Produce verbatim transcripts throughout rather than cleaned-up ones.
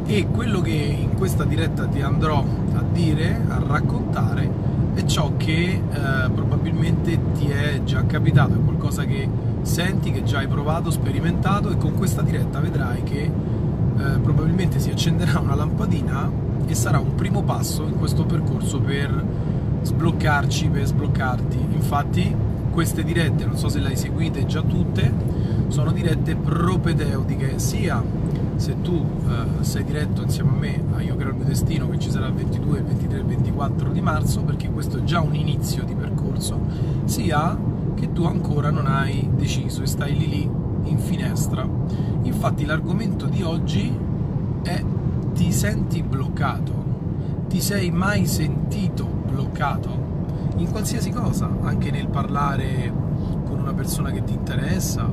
e quello che in questa diretta ti andrò a dire, a raccontare, è ciò che eh, probabilmente ti è già capitato, è qualcosa che senti, che già hai provato, sperimentato, e con questa diretta vedrai che eh, probabilmente si accenderà una lampadina e sarà un primo passo in questo percorso per sbloccarci, per sbloccarti. Infatti queste dirette, non so se le hai seguite già tutte, sono dirette propedeutiche, sia se tu eh, sei diretto insieme a me a Io Creo il Mio Destino, che ci sarà il ventidue, il ventitré e il ventiquattro di marzo, perché questo è già un inizio di percorso, sia che tu ancora non hai deciso e stai lì lì in finestra. Infatti l'argomento di oggi è: ti senti bloccato? Ti sei mai sentito bloccato? In qualsiasi cosa, anche nel parlare con una persona che ti interessa,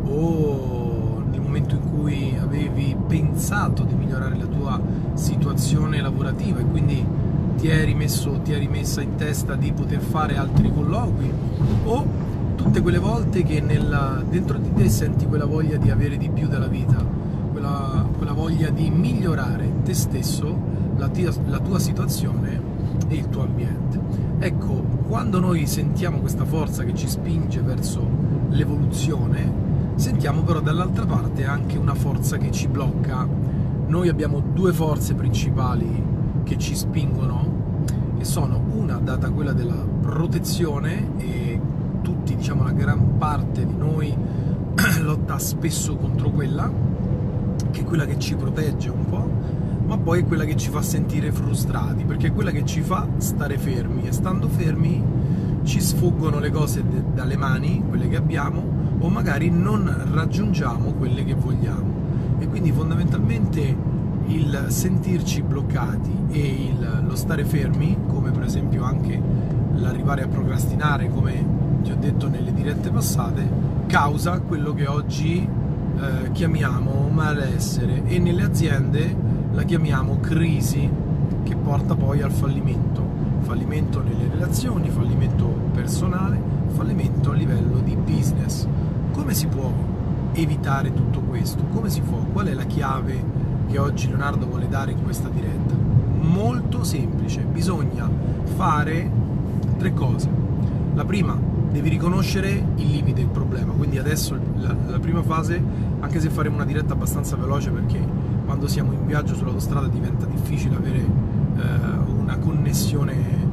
o nel momento in cui avevi pensato di migliorare la tua situazione lavorativa e quindi ti eri messo, ti eri messa in testa di poter fare altri colloqui, o tutte quelle volte che nella, dentro di te senti quella voglia di avere di più dalla vita, quella, quella voglia di migliorare te stesso, la tua, la tua situazione e il tuo ambiente. Ecco, quando noi sentiamo questa forza che ci spinge verso l'evoluzione, sentiamo però dall'altra parte anche una forza che ci blocca. Noi abbiamo due forze principali che ci spingono, e sono una data quella della protezione, e tutti, diciamo la gran parte di noi lotta spesso contro quella, che è quella che ci protegge un po', ma poi è quella che ci fa sentire frustrati, perché è quella che ci fa stare fermi, e stando fermi ci sfuggono le cose dalle mani, quelle che abbiamo, o magari non raggiungiamo quelle che vogliamo. E quindi fondamentalmente il sentirci bloccati e il, lo stare fermi, come per esempio anche l'arrivare a procrastinare, come ti ho detto nelle dirette passate, causa quello che oggi eh, chiamiamo malessere, e nelle aziende la chiamiamo crisi, che porta poi al fallimento. Fallimento nelle relazioni, fallimento personale, fallimento a livello di business. Come si può evitare tutto questo? Come si può? Qual è la chiave che oggi Leonardo vuole dare in questa diretta? Molto semplice, bisogna fare tre cose. La prima, devi riconoscere il limite, il problema. Quindi adesso la, la prima fase, anche se faremo una diretta abbastanza veloce, perché quando siamo in viaggio sull'autostrada diventa difficile avere eh, una connessione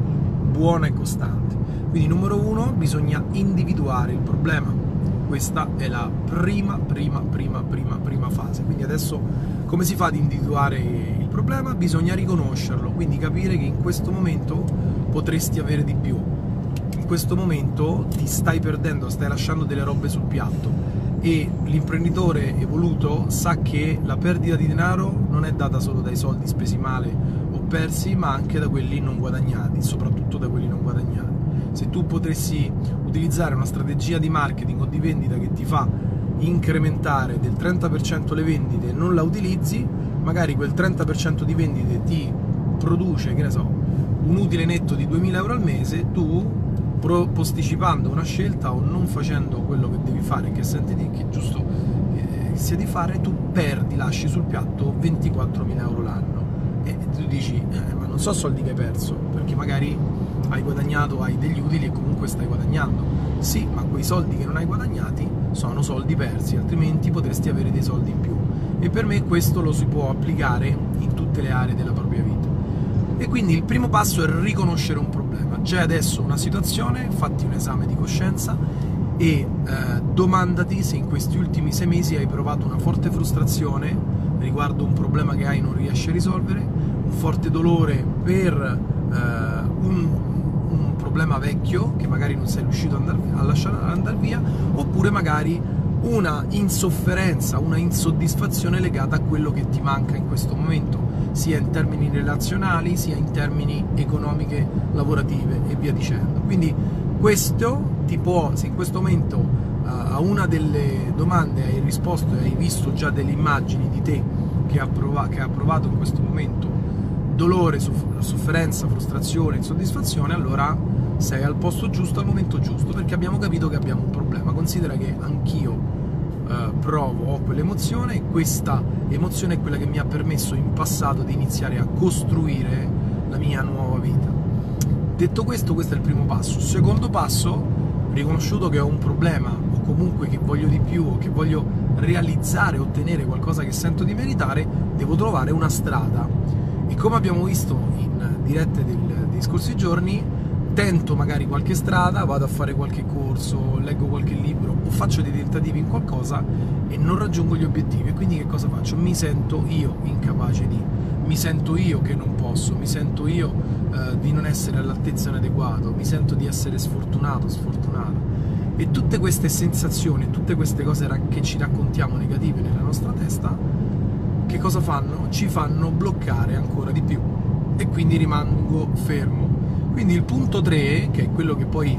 buona e costante. Quindi numero uno, bisogna individuare il problema. Questa è la prima, prima, prima, prima, prima fase. Quindi adesso come si fa ad individuare il problema? Bisogna riconoscerlo, quindi capire che in questo momento potresti avere di più. In questo momento ti stai perdendo, stai lasciando delle robe sul piatto, e l'imprenditore evoluto sa che la perdita di denaro non è data solo dai soldi spesi male o persi, ma anche da quelli non guadagnati, soprattutto da quelli non guadagnati. Se tu potessi utilizzare una strategia di marketing o di vendita che ti fa incrementare del trenta per cento le vendite e non la utilizzi, magari quel trenta per cento di vendite ti produce, che ne so, un utile netto di duemila euro al mese, tu posticipando una scelta o non facendo quello che devi fare, che senti di, che è giusto eh, sia di fare, tu perdi, lasci sul piatto ventiquattromila euro l'anno. E tu dici, eh, ma non so soldi che hai perso, perché magari hai guadagnato, hai degli utili e comunque stai guadagnando. Sì, ma quei soldi che non hai guadagnati sono soldi persi, altrimenti potresti avere dei soldi in più. E per me questo lo si può applicare in tutte le aree della propria vita. E quindi il primo passo è riconoscere un problema. C'è adesso una situazione, fatti un esame di coscienza e eh, domandati se in questi ultimi sei mesi hai provato una forte frustrazione riguardo un problema che hai e non riesci a risolvere, un forte dolore per eh, un, un problema vecchio che magari non sei riuscito ad andar, a lasciare andare via, oppure magari una insofferenza, una insoddisfazione legata a quello che ti manca in questo momento, sia in termini relazionali, sia in termini economiche, lavorative e via dicendo. Quindi questo ti può, se in questo momento uh, a una delle domande hai risposto e hai visto già delle immagini di te che ha, prov- che ha provato in questo momento dolore, soff- sofferenza, frustrazione, insoddisfazione, allora sei al posto giusto al momento giusto, perché abbiamo capito che abbiamo un problema. Considera che anch'io uh, eh, provo, ho quell'emozione, e questa emozione è quella che mi ha permesso in passato di iniziare a costruire la mia nuova vita. Detto questo, questo è il primo passo. Secondo passo, riconosciuto che ho un problema, o comunque che voglio di più, o che voglio realizzare, ottenere qualcosa che sento di meritare, devo trovare una strada. E come abbiamo visto in dirette del, dei scorsi giorni, tento magari qualche strada, vado a fare qualche corso, leggo qualche libro o faccio dei tentativi in qualcosa e non raggiungo gli obiettivi. E quindi che cosa faccio? Mi sento io incapace di, mi sento io che non posso, mi sento io eh, di non essere all'altezza inadeguato, mi sento di essere sfortunato, sfortunata. E tutte queste sensazioni, tutte queste cose che ci raccontiamo negative nella nostra testa, che cosa fanno? Ci fanno bloccare ancora di più e quindi rimango fermo. Quindi il punto tre, che è quello che poi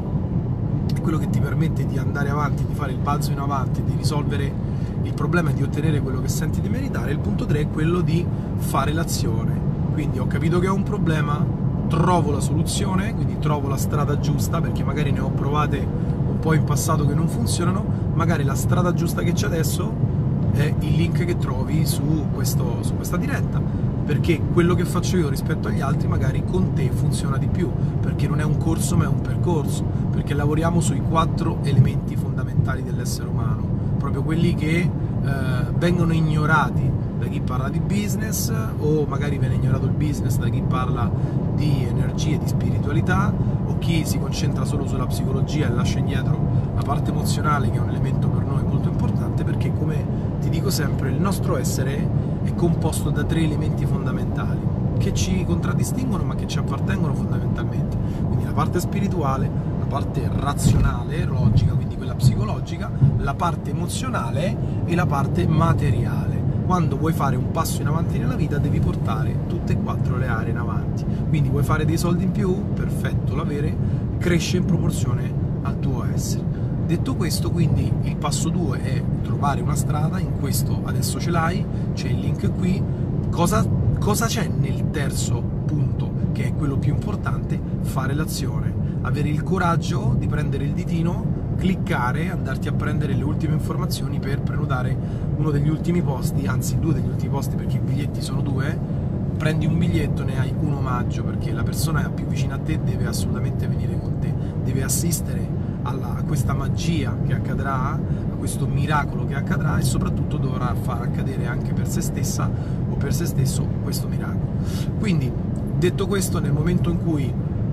è quello che ti permette di andare avanti, di fare il balzo in avanti, di risolvere il problema e di ottenere quello che senti di meritare, il punto tre è quello di fare l'azione. Quindi ho capito che ho un problema, trovo la soluzione, quindi trovo la strada giusta, perché magari ne ho provate un po' in passato che non funzionano, magari la strada giusta che c'è adesso è il link che trovi su, questo, su questa diretta, perché quello che faccio io rispetto agli altri magari con te funziona di più, perché non è un corso ma è un percorso, perché lavoriamo sui quattro elementi fondamentali dell'essere umano, proprio quelli che eh, vengono ignorati da chi parla di business, o magari viene ignorato il business da chi parla di energie, di spiritualità, o chi si concentra solo sulla psicologia e lascia indietro la parte emozionale, che è un elemento per noi molto importante, perché come ti dico sempre, il nostro essere è composto da tre elementi fondamentali che ci contraddistinguono ma che ci appartengono fondamentalmente, quindi la parte spirituale, la parte razionale, logica, quindi quella psicologica, la parte emozionale e la parte materiale. Quando vuoi fare un passo in avanti nella vita devi portare tutte e quattro le aree in avanti, quindi vuoi fare dei soldi in più? Perfetto, l'avere cresce in proporzione al tuo essere. Detto questo, quindi il passo due è trovare una strada, in questo adesso ce l'hai, c'è il link qui. Cosa, cosa c'è nel terzo punto, che è quello più importante? Fare l'azione, avere il coraggio di prendere il ditino, cliccare, andarti a prendere le ultime informazioni per prenotare uno degli ultimi posti, anzi due degli ultimi posti, perché i biglietti sono due. Prendi un biglietto, ne hai un omaggio, perché la persona più vicina a te deve assolutamente venire con te, deve assistere alla, a questa magia che accadrà, a questo miracolo che accadrà, e soprattutto dovrà far accadere anche per se stessa o per se stesso questo miracolo. Quindi, detto questo, nel momento in cui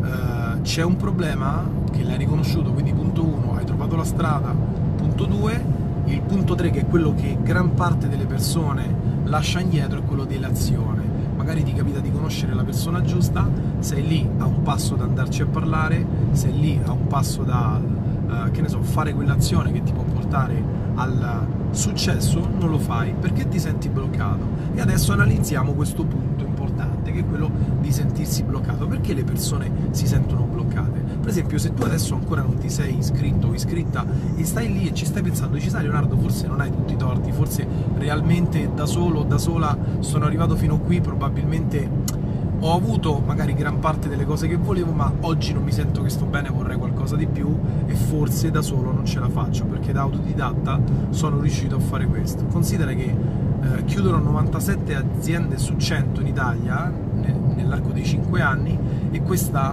eh, c'è un problema che l'hai riconosciuto, quindi punto uno, hai trovato la strada, punto due, il punto tre, che è quello che gran parte delle persone lascia indietro, è quello dell'azione. Magari ti capita di conoscere la persona giusta, sei lì a un passo da andarci a parlare, sei lì a un passo da, uh, che ne so, fare quell'azione che ti può portare al successo, non lo fai perché ti senti bloccato. E adesso analizziamo questo punto importante, che è quello di sentirsi bloccato. Perché le persone si sentono bloccate? Per esempio, se tu adesso ancora non ti sei iscritto o iscritta e stai lì e ci stai pensando, dici, sai Leonardo, forse non hai tutti i torti, forse realmente da solo o da sola sono arrivato fino qui, probabilmente ho avuto magari gran parte delle cose che volevo, ma oggi non mi sento che sto bene, vorrei qualcosa di più e forse da solo non ce la faccio, perché da autodidatta sono riuscito a fare questo. Considera che eh, chiudono novantasette aziende su cento in Italia ne, nell'arco dei cinque anni, e questa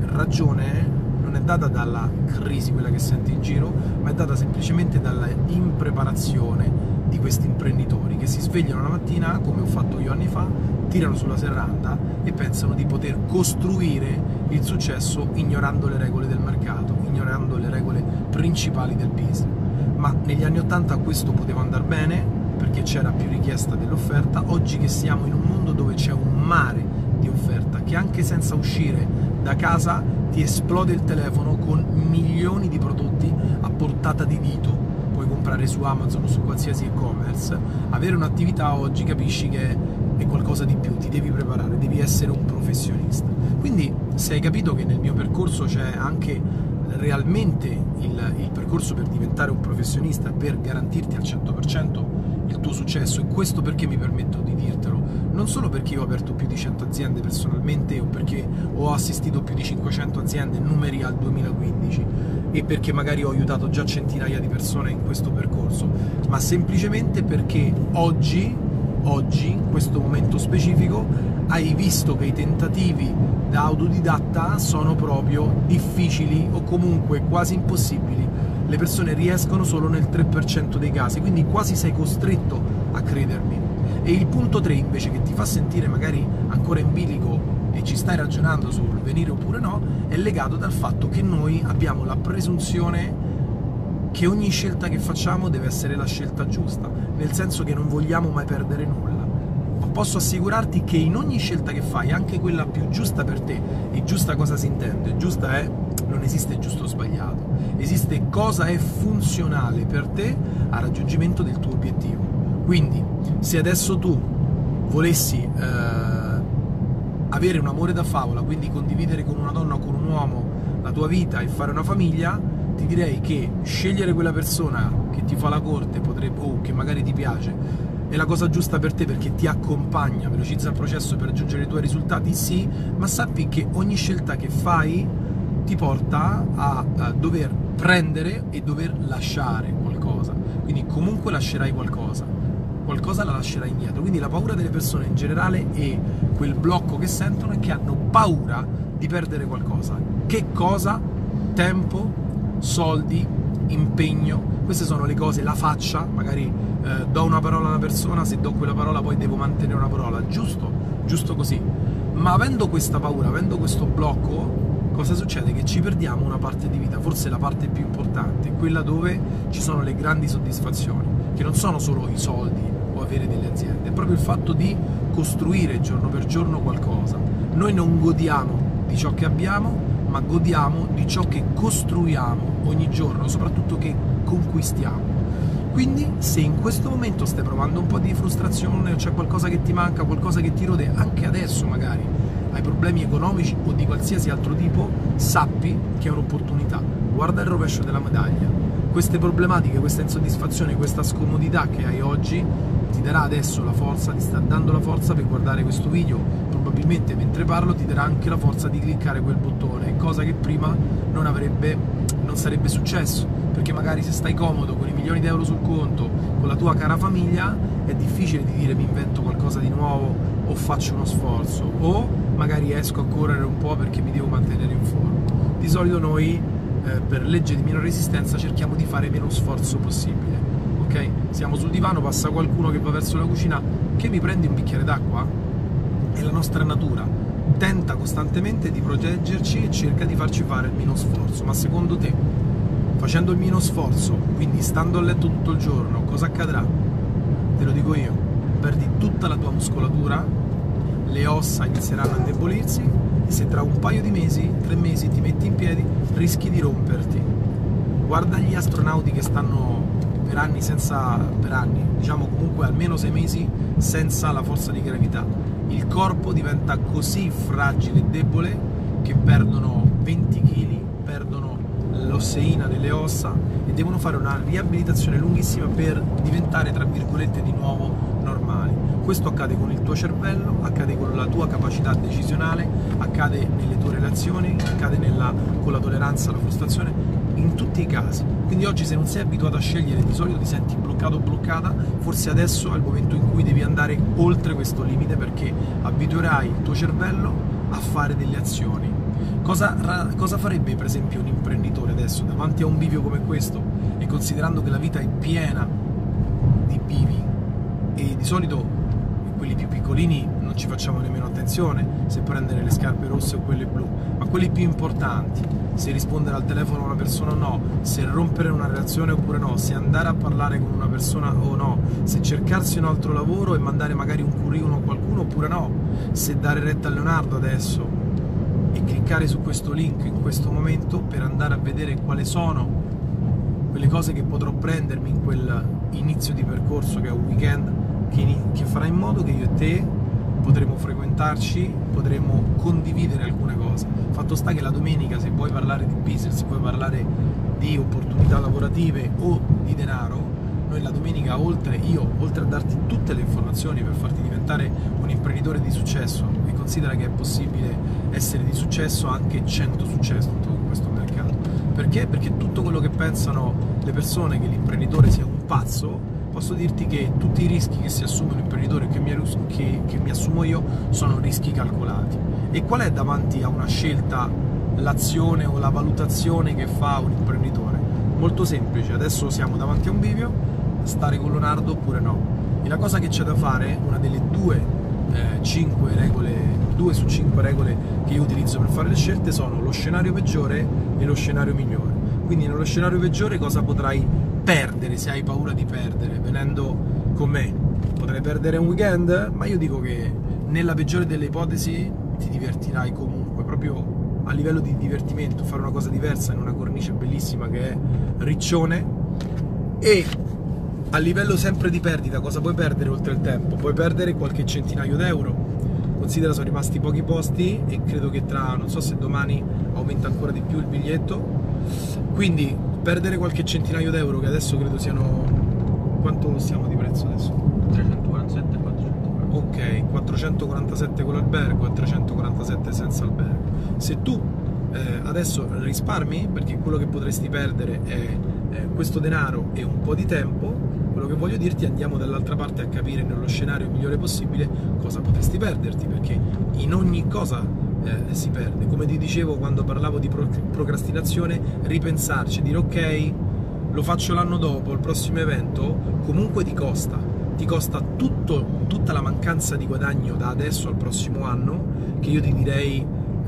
ragione non è data dalla crisi, quella che senti in giro, ma è data semplicemente dalla impreparazione di questi imprenditori che si svegliano la mattina, come ho fatto io anni fa, tirano sulla serranda e pensano di poter costruire il successo ignorando le regole del mercato, ignorando le regole principali del business. Ma negli anni ottanta questo poteva andare bene perché c'era più richiesta dell'offerta. Oggi che siamo in un mondo dove c'è un mare di offerta, che anche senza uscire da casa ti esplode il telefono con milioni di prodotti a portata di dito, puoi comprare su Amazon o su qualsiasi e-commerce. Avere un'attività oggi, capisci che è qualcosa di più, ti devi preparare, devi essere un professionista. Quindi se hai capito che nel mio percorso c'è anche realmente il, il percorso per diventare un professionista, per garantirti al cento per cento il tuo successo, e questo perché mi permetto di dirtelo, non non solo perché io ho aperto più di cento aziende personalmente o perché ho assistito più di cinquecento aziende, numeri al duemilaquindici, e perché magari ho aiutato già centinaia di persone in questo percorso, ma semplicemente perché oggi, oggi, in questo momento specifico, hai visto che i tentativi da autodidatta sono proprio difficili o comunque quasi impossibili. Le persone riescono solo nel tre per cento dei casi, quindi quasi sei costretto a credermi. E il punto tre invece, che ti fa sentire magari ancora in bilico e ci stai ragionando sul venire oppure no, è legato dal fatto che noi abbiamo la presunzione che ogni scelta che facciamo deve essere la scelta giusta, nel senso che non vogliamo mai perdere nulla. Ma posso assicurarti che in ogni scelta che fai, anche quella più giusta per te, e giusta cosa si intende? Giusta è, non esiste giusto o sbagliato, esiste cosa è funzionale per te al raggiungimento del tuo obiettivo. Quindi, se adesso tu volessi eh, avere un amore da favola, quindi condividere con una donna o con un uomo la tua vita e fare una famiglia, ti direi che scegliere quella persona che ti fa la corte potrebbe, o che magari ti piace, è la cosa giusta per te perché ti accompagna, velocizza il processo per raggiungere i tuoi risultati, sì, ma sappi che ogni scelta che fai ti porta a, a dover prendere e dover lasciare qualcosa, quindi comunque lascerai qualcosa, qualcosa la lascerai indietro. Quindi la paura delle persone in generale e quel blocco che sentono è che hanno paura di perdere qualcosa. Che cosa? Tempo, soldi, impegno. Queste sono le cose, la faccia, magari eh, do una parola a una persona, se do quella parola poi devo mantenere una parola, giusto? Giusto così. Ma avendo questa paura, avendo questo blocco, cosa succede? Che ci perdiamo una parte di vita, forse la parte più importante, quella dove ci sono le grandi soddisfazioni, che non sono solo i soldi o avere delle aziende, è proprio il fatto di costruire giorno per giorno qualcosa. Noi non godiamo di ciò che abbiamo, ma godiamo di ciò che costruiamo ogni giorno, soprattutto che conquistiamo. Quindi se in questo momento stai provando un po' di frustrazione, c'è qualcosa che ti manca, qualcosa che ti rode, anche adesso magari hai problemi economici o di qualsiasi altro tipo, sappi che è un'opportunità. Guarda il rovescio della medaglia. Queste problematiche, questa insoddisfazione, questa scomodità che hai oggi ti darà adesso la forza, ti sta dando la forza per guardare questo video. Probabilmente mentre parlo ti darà anche la forza di cliccare quel bottone, cosa che prima non avrebbe, non sarebbe successo, perché magari se stai comodo con i milioni di euro sul conto, con la tua cara famiglia, è difficile di dire mi invento qualcosa di nuovo o faccio uno sforzo, o magari esco a correre un po' perché mi devo mantenere in forma. Di solito noi eh, per legge di minore resistenza cerchiamo di fare meno sforzo possibile, ok? Siamo sul divano, passa qualcuno che va verso la cucina, che mi prendi un bicchiere d'acqua? È la nostra natura, tenta costantemente di proteggerci e cerca di farci fare il meno sforzo. Ma secondo te, facendo il meno sforzo, quindi stando a letto tutto il giorno, cosa accadrà? Te lo dico io, perdi tutta la tua muscolatura, le ossa inizieranno a indebolirsi e se tra un paio di mesi, tre mesi ti metti in piedi, rischi di romperti. Guarda gli astronauti che stanno per anni senza, per anni, diciamo comunque almeno sei mesi senza la forza di gravità. Il corpo diventa così fragile e debole che perdono venti chili, perdono l'osseina delle ossa e devono fare una riabilitazione lunghissima per diventare, tra virgolette, di nuovo normali. Questo accade con il tuo cervello, accade con la tua capacità decisionale, accade nelle tue relazioni, accade nella, con la tolleranza alla frustrazione, in tutti i casi. Quindi oggi, se non sei abituato a scegliere, di solito ti senti bloccato o bloccata, forse adesso è il momento in cui devi andare oltre questo limite, perché abituerai il tuo cervello a fare delle azioni. Cosa, cosa farebbe per esempio un imprenditore adesso davanti a un bivio come questo, e considerando che la vita è piena di bivi e di solito quelli più piccolini non ci facciamo nemmeno attenzione se prendere le scarpe rosse o quelle blu, ma quelli più importanti, se rispondere al telefono a una persona o no, se rompere una relazione oppure no, se andare a parlare con una persona o no, se cercarsi un altro lavoro e mandare magari un curriculum a qualcuno oppure no, se dare retta a Leonardo adesso e cliccare su questo link in questo momento per andare a vedere quali sono quelle cose che potrò prendermi in quel inizio di percorso che è un weekend che, che farà in modo che io e te potremo frequentarci, potremo condividere alcune cose. Fatto sta che la domenica, se vuoi parlare di business, se vuoi parlare di opportunità lavorative o di denaro, noi la domenica, oltre io, oltre a darti tutte le informazioni per farti diventare un imprenditore imprenditore di successo, e considera che è possibile essere di successo anche cento successo in questo mercato. Perché? Perché tutto quello che pensano le persone, che l'imprenditore sia un pazzo, posso dirti che tutti i rischi che si assume un imprenditore, che mi, che, che mi assumo io, sono rischi calcolati. E qual è davanti a una scelta l'azione o la valutazione che fa un imprenditore? Molto semplice: adesso siamo davanti a un bivio, stare con Leonardo oppure no. E la cosa che c'è da fare, una delle due, eh, cinque regole, due su cinque regole che io utilizzo per fare le scelte, sono lo scenario peggiore e lo scenario migliore. Quindi nello scenario peggiore cosa potrai perdere, se hai paura di perdere, venendo con me? Potrai perdere un weekend, ma io dico che nella peggiore delle ipotesi ti divertirai comunque, proprio a livello di divertimento, fare una cosa diversa in una cornice bellissima che è Riccione. E a livello sempre di perdita, cosa puoi perdere oltre il tempo? Puoi perdere qualche centinaio d'euro. Considera, sono rimasti pochi posti e credo che tra, non so se domani aumenta ancora di più il biglietto, quindi perdere qualche centinaio d'euro, che adesso credo siano, quanto siamo di prezzo adesso? trecentoquarantasette e quattrocentoquarantasette. Ok, quattrocentoquarantasette con l'albergo e trecentoquarantasette senza albergo. Se tu eh, adesso risparmi, perché quello che potresti perdere è eh, questo denaro e un po' di tempo, quello che voglio dirti, andiamo dall'altra parte a capire nello scenario migliore possibile cosa potresti perderti, perché in ogni cosa eh, si perde. Come ti dicevo quando parlavo di procrastinazione, ripensarci, dire ok, lo faccio l'anno dopo, il prossimo evento, comunque ti costa, ti costa tutto, tutta la mancanza di guadagno da adesso al prossimo anno, che io ti direi,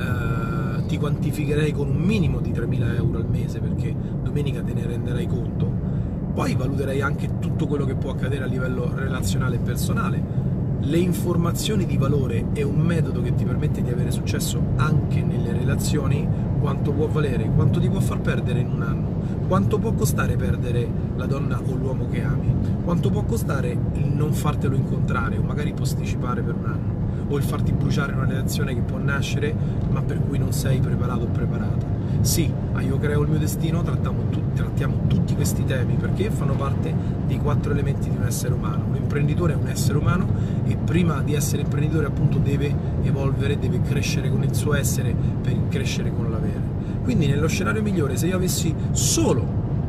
eh, ti quantificherei con un minimo di tremila euro al mese, perché domenica te ne renderai conto. Poi valuterei anche tutto quello che può accadere a livello relazionale e personale. Le informazioni di valore è un metodo che ti permette di avere successo anche nelle relazioni. Quanto può valere? Quanto ti può far perdere in un anno? Quanto può costare perdere la donna o l'uomo che ami? Quanto può costare il non fartelo incontrare o magari posticipare per un anno? O il farti bruciare una relazione che può nascere ma per cui non sei preparato o preparata? Sì, a Io Creo il Mio Destino trattiamo, tu, trattiamo tutti questi temi perché fanno parte dei quattro elementi di un essere umano. Un imprenditore è un essere umano e prima di essere imprenditore appunto deve evolvere, deve crescere con il suo essere per crescere con l'avere. Quindi nello scenario migliore, se io avessi solo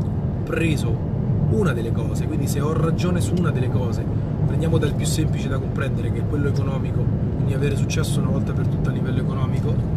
preso una delle cose, quindi se ho ragione su una delle cose, prendiamo dal più semplice da comprendere che è quello economico, quindi avere successo una volta per tutte a livello economico,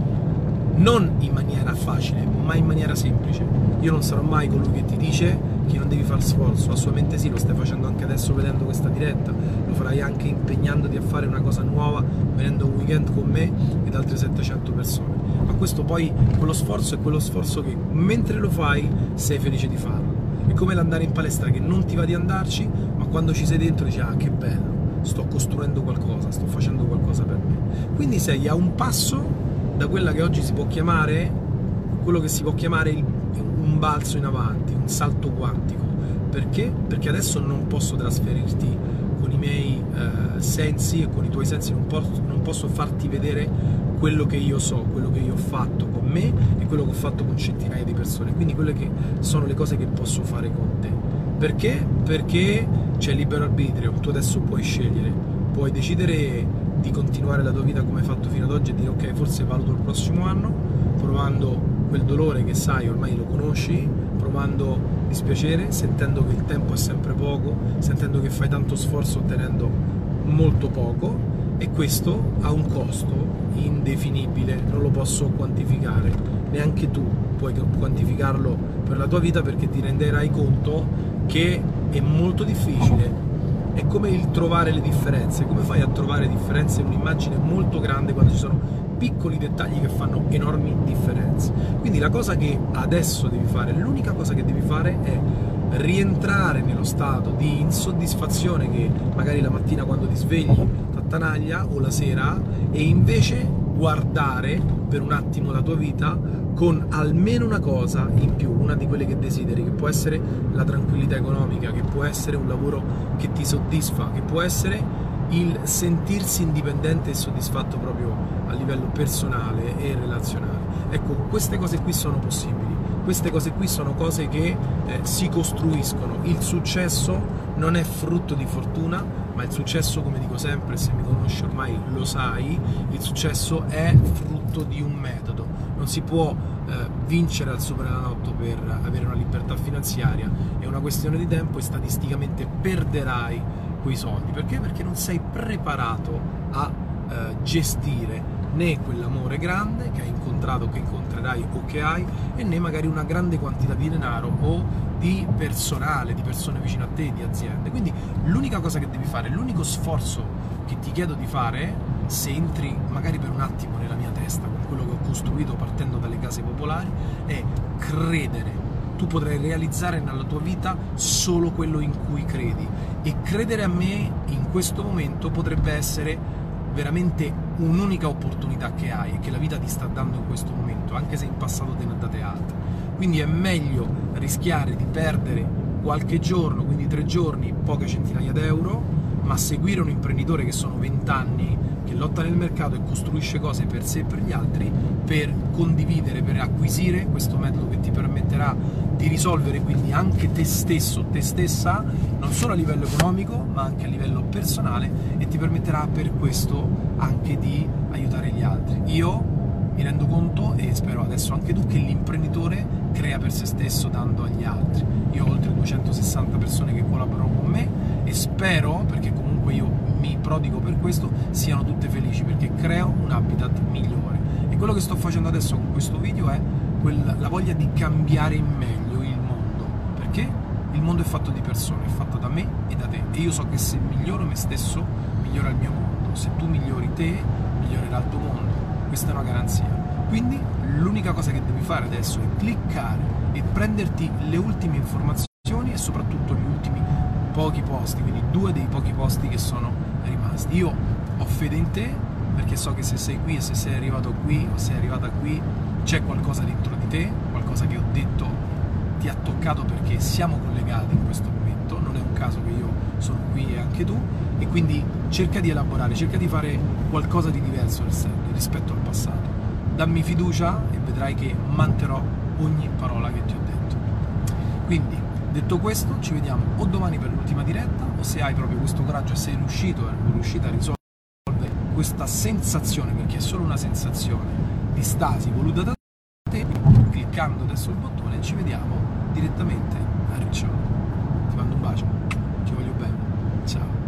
non in maniera facile, ma in maniera semplice. Io non sarò mai colui che ti dice che non devi fare sforzo, assolutamente sì, lo stai facendo anche adesso vedendo questa diretta, lo farai anche impegnandoti a fare una cosa nuova, venendo un weekend con me ed altre settecento persone. Ma questo poi, quello sforzo è quello sforzo che mentre lo fai sei felice di farlo. È come l'andare in palestra che non ti va di andarci, ma quando ci sei dentro dici ah che bello, sto costruendo qualcosa, sto facendo qualcosa per me. Quindi sei a un passo da quella che oggi si può chiamare, quello che si può chiamare il, un balzo in avanti, un salto quantico. Perché? Perché adesso non posso trasferirti con i miei eh, sensi e con i tuoi sensi, non posso, non posso farti vedere quello che io so, quello che io ho fatto con me e quello che ho fatto con centinaia di persone, quindi quelle che sono le cose che posso fare con te. Perché? Perché c'è libero arbitrio, tu adesso puoi scegliere, puoi decidere di continuare la tua vita come hai fatto fino ad oggi e dire ok, forse valuto il prossimo anno, provando quel dolore che sai, ormai lo conosci, provando dispiacere, sentendo che il tempo è sempre poco, sentendo che fai tanto sforzo ottenendo molto poco, e questo ha un costo indefinibile, non lo posso quantificare, neanche tu puoi quantificarlo per la tua vita, perché ti renderai conto che è molto difficile. È come il trovare le differenze. Come fai a trovare differenze in un'immagine molto grande quando ci sono piccoli dettagli che fanno enormi differenze? Quindi la cosa che adesso devi fare, l'unica cosa che devi fare è rientrare nello stato di insoddisfazione che magari la mattina quando ti svegli t'attanaglia o la sera, e invece guardare per un attimo la tua vita con almeno una cosa in più, una di quelle che desideri, che può essere la tranquillità economica, che può essere un lavoro che ti soddisfa, che può essere il sentirsi indipendente e soddisfatto proprio a livello personale e relazionale. Ecco, queste cose qui sono possibili. queste cose qui sono cose che eh, si costruiscono. Il successo non è frutto di fortuna, ma il successo, come dico sempre, se mi conosci ormai lo sai, il successo è frutto di un metodo. Non si può eh, vincere al Superenalotto per avere una libertà finanziaria, è una questione di tempo e statisticamente perderai quei soldi. Perché? Perché non sei preparato a eh, gestire né quell'amore grande che hai incontrato, che incontrerai o che hai, e né magari una grande quantità di denaro o di personale, di persone vicine a te, di aziende. Quindi l'unica cosa che devi fare, l'unico sforzo che ti chiedo di fare, se entri magari per un attimo nella mia testa con quello che ho costruito partendo dalle case popolari, è credere. Tu potrai realizzare nella tua vita solo quello in cui credi, e credere a me in questo momento potrebbe essere veramente un'unica opportunità che hai e che la vita ti sta dando in questo momento, anche se in passato te ne ha date altre. Quindi è meglio rischiare di perdere qualche giorno, quindi tre giorni, poche centinaia d'euro, ma seguire un imprenditore che sono vent'anni, che lotta nel mercato e costruisce cose per sé e per gli altri, per condividere, per acquisire questo metodo che ti permetterà di risolvere quindi anche te stesso, te stessa, non solo a livello economico ma anche a livello personale, e ti permetterà per questo anche di aiutare gli altri. Io mi rendo conto, e spero adesso anche tu, che l'imprenditore crea per se stesso dando agli altri. Io ho oltre duecentosessanta persone che collaborano con me e spero, perché comunque io mi prodigo per questo, siano tutte felici, perché creo un habitat migliore. E quello che sto facendo adesso con questo video è quella, la voglia di cambiare in meglio il mondo, perché il mondo è fatto di persone, è fatto da me e da te, e io so che se miglioro me stesso migliora il mio mondo, se tu migliori te migliorerà il tuo mondo. Questa è una garanzia. Quindi l'unica cosa che devi fare adesso è cliccare e prenderti le ultime informazioni e soprattutto gli ultimi pochi posti, quindi due dei pochi posti che sono rimasti. Io ho fede in te, perché so che se sei qui e se sei arrivato qui o sei arrivata qui c'è qualcosa dentro di te, qualcosa che ho detto ti ha toccato, perché siamo collegati in questo momento, non è un caso che io sono qui e anche tu, e quindi cerca di elaborare, cerca di fare qualcosa di diverso rispetto al passato. Dammi fiducia e vedrai che manterrò ogni parola che ti ho detto. Quindi, detto questo, ci vediamo o domani per l'ultima diretta, o se hai proprio questo coraggio e sei riuscito o riuscita a risolvere questa sensazione, perché è solo una sensazione di stasi voluta da te, cliccando adesso il bottone, ci vediamo direttamente a Riccione. Ti mando un bacio, ti voglio bene, ciao.